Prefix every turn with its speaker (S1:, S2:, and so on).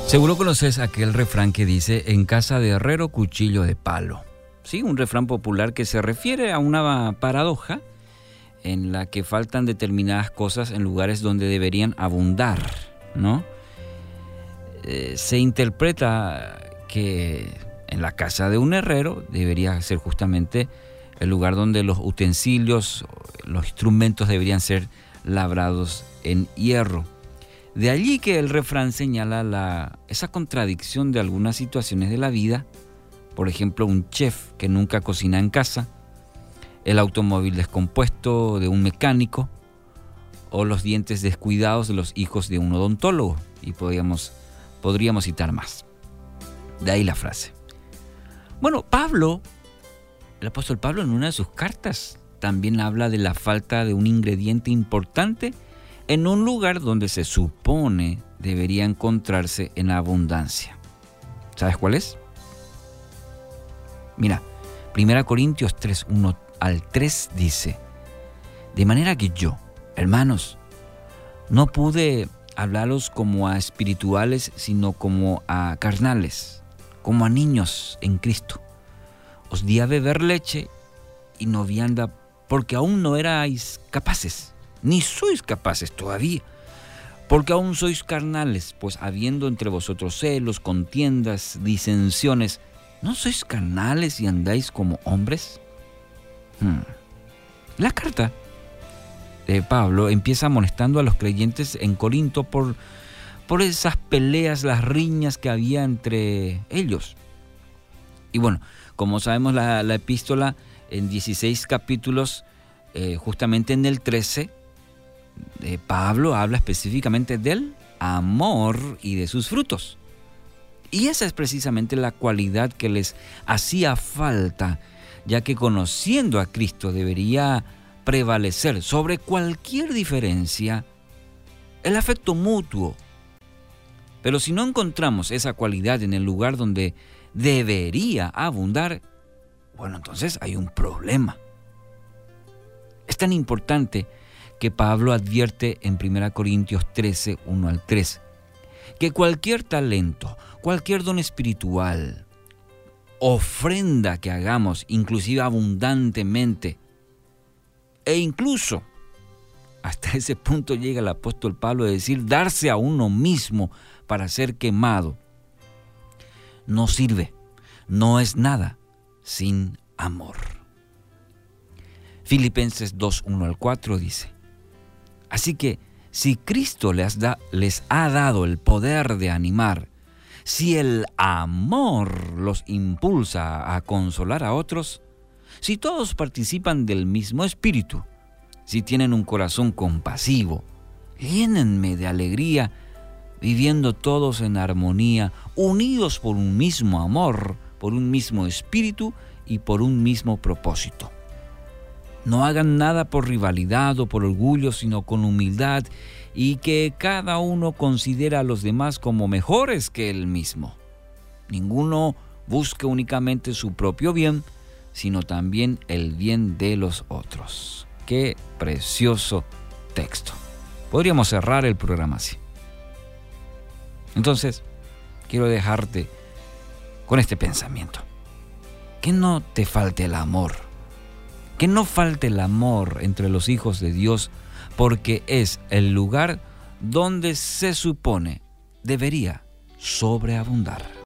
S1: Seguro conoces aquel refrán que dice: en casa de herrero, cuchillo de palo. Sí, un refrán popular que se refiere a una paradoja en la que faltan determinadas cosas en lugares donde deberían abundar, ¿no? Se interpreta que en la casa de un herrero debería ser justamente el lugar donde los utensilios, los instrumentos deberían ser labrados en hierro. De allí que el refrán señala esa contradicción de algunas situaciones de la vida. Por ejemplo, un chef que nunca cocina en casa, el automóvil descompuesto de un mecánico o los dientes descuidados de los hijos de un odontólogo. Y podríamos citar más. De ahí la frase. Bueno, el apóstol Pablo, en una de sus cartas también habla de la falta de un ingrediente importante en un lugar donde se supone debería encontrarse en abundancia. ¿Sabes cuál es? Mira, 1 Corintios 3, 1 al 3 dice: de manera que yo, hermanos, no pude hablaros como a espirituales, sino como a carnales, como a niños en Cristo. Os di a beber leche y no vianda, porque aún no erais capaces, ni sois capaces todavía, porque aún sois carnales, pues habiendo entre vosotros celos, contiendas, disensiones, ¿no sois carnales y andáis como hombres? La carta de Pablo empieza amonestando a los creyentes en Corinto por esas peleas, las riñas que había entre ellos. Y bueno, como sabemos, la epístola en 16 capítulos, justamente en el 13, Pablo habla específicamente del amor y de sus frutos. Y esa es precisamente la cualidad que les hacía falta, ya que conociendo a Cristo debería prevalecer sobre cualquier diferencia el afecto mutuo. Pero si no encontramos esa cualidad en el lugar donde debería abundar, bueno, entonces hay un problema. Es tan importante que Pablo advierte en 1 Corintios 13, 1 al 3, que cualquier talento, cualquier don espiritual, ofrenda que hagamos, inclusive abundantemente, e incluso hasta ese punto llega el apóstol Pablo a decir darse a uno mismo para ser quemado, no sirve, no es nada sin amor. Filipenses 2, 1 al 4 dice: así que si Cristo les ha dado el poder de animar, si el amor los impulsa a consolar a otros, si todos participan del mismo espíritu, si tienen un corazón compasivo, llénenme de alegría, viviendo todos en armonía, unidos por un mismo amor, por un mismo espíritu y por un mismo propósito. No hagan nada por rivalidad o por orgullo, sino con humildad, y que cada uno considere a los demás como mejores que él mismo. Ninguno busque únicamente su propio bien, sino también el bien de los otros. ¡Qué precioso texto! Podríamos cerrar el programa así. Entonces, quiero dejarte con este pensamiento. Que no te falte el amor. Que no falte el amor entre los hijos de Dios, porque es el lugar donde se supone debería sobreabundar.